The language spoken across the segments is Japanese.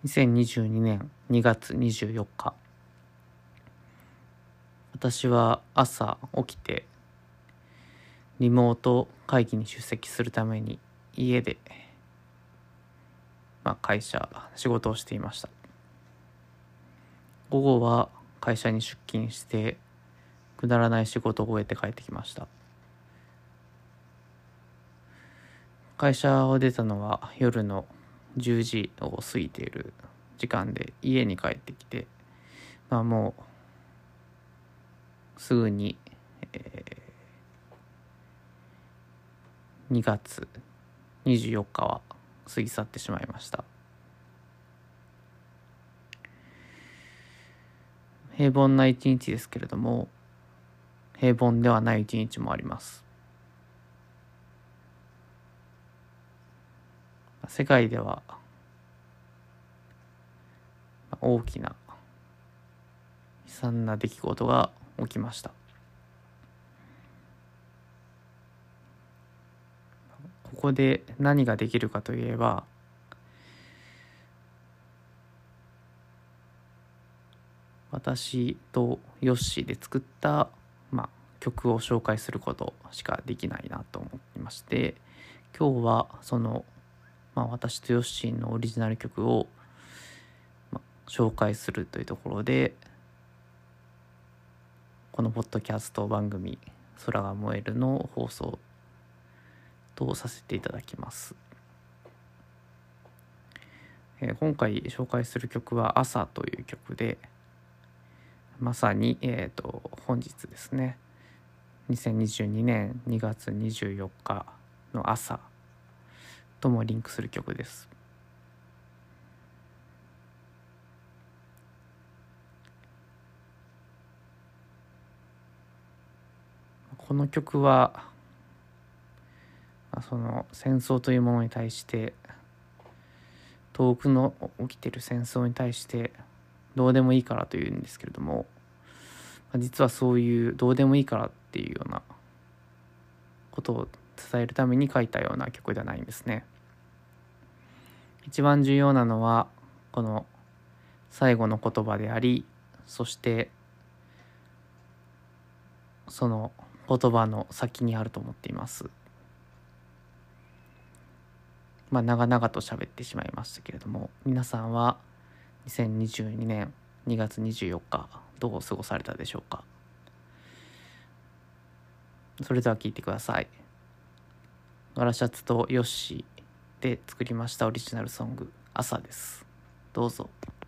2022年2月24日、私は朝起きてリモート会議に出席するために家で、仕事をしていました。午後は会社に出勤してくだらない仕事を終えて帰ってきました。会社を出たのは夜の10時を過ぎている時間で、家に帰ってきて、もうすぐに、2月24日は過ぎ去ってしまいました。平凡な一日ですけれども、平凡ではない一日もあります。世界では大きな悲惨な出来事が起きました。ここで何ができるかといえば、私とヨッシーで作った、曲を紹介することしかできないなと思いまして、今日はその、私とヨッシーのオリジナル曲を、紹介するというところで、このポッドキャスト番組空が燃えるの放送とさせていただきます。今回紹介する曲は朝という曲で、まさに、本日ですね、2022年2月24日の朝ともリンクする曲です。この曲はその戦争というものに対して、遠くの起きている戦争に対してどうでもいいからというんですけれども、実はそういうどうでもいいからっていうようなことを伝えるために書いたような曲ではないんですね。一番重要なのはこの最後の言葉であり、そしてその言葉の先にあると思っています。長々と喋ってしまいましたけれども、皆さんは2022年2月24日どう過ごされたでしょうか。それでは聞いてください。ガラシャツとヨッシーで作りましたオリジナルソング、朝です。どうぞ。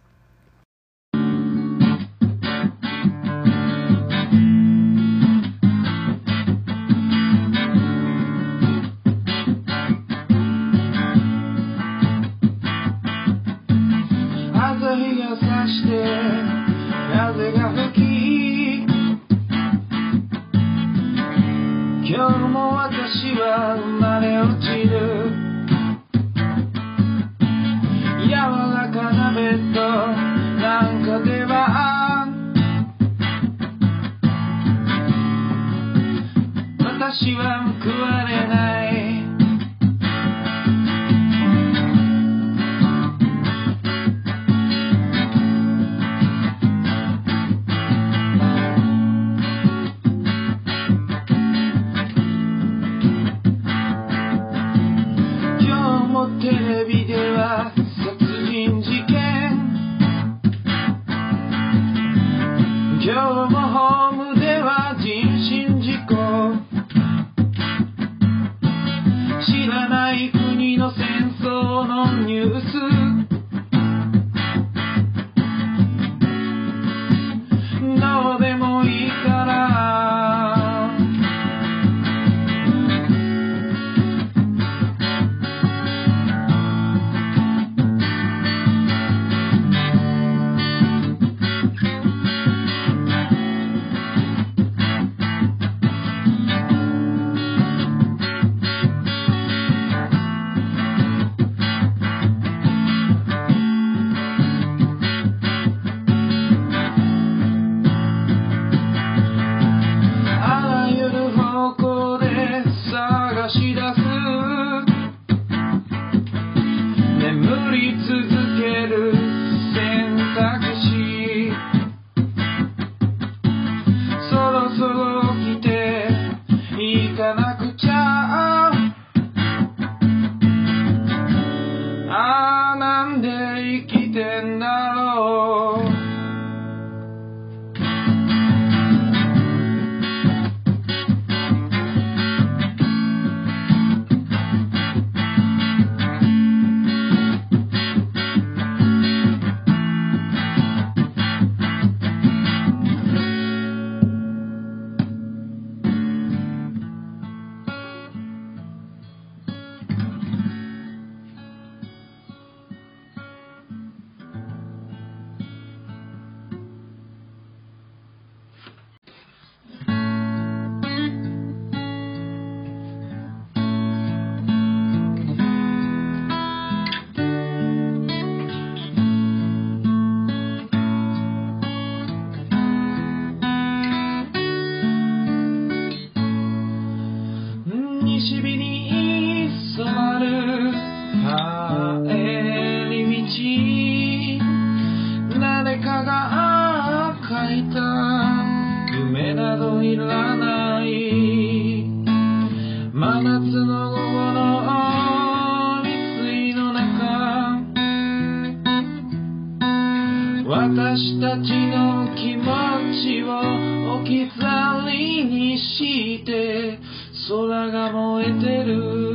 朝日が差して風が吹き、今日も私は生まれ落ちる。柔らかなベッドなんかでは私は報われない。テレビでは殺人事件、今日もホームでは人身事故、知らない国の戦争のニュース、どうでもいいから私たちの気持ちを置き去りにして空が燃えてる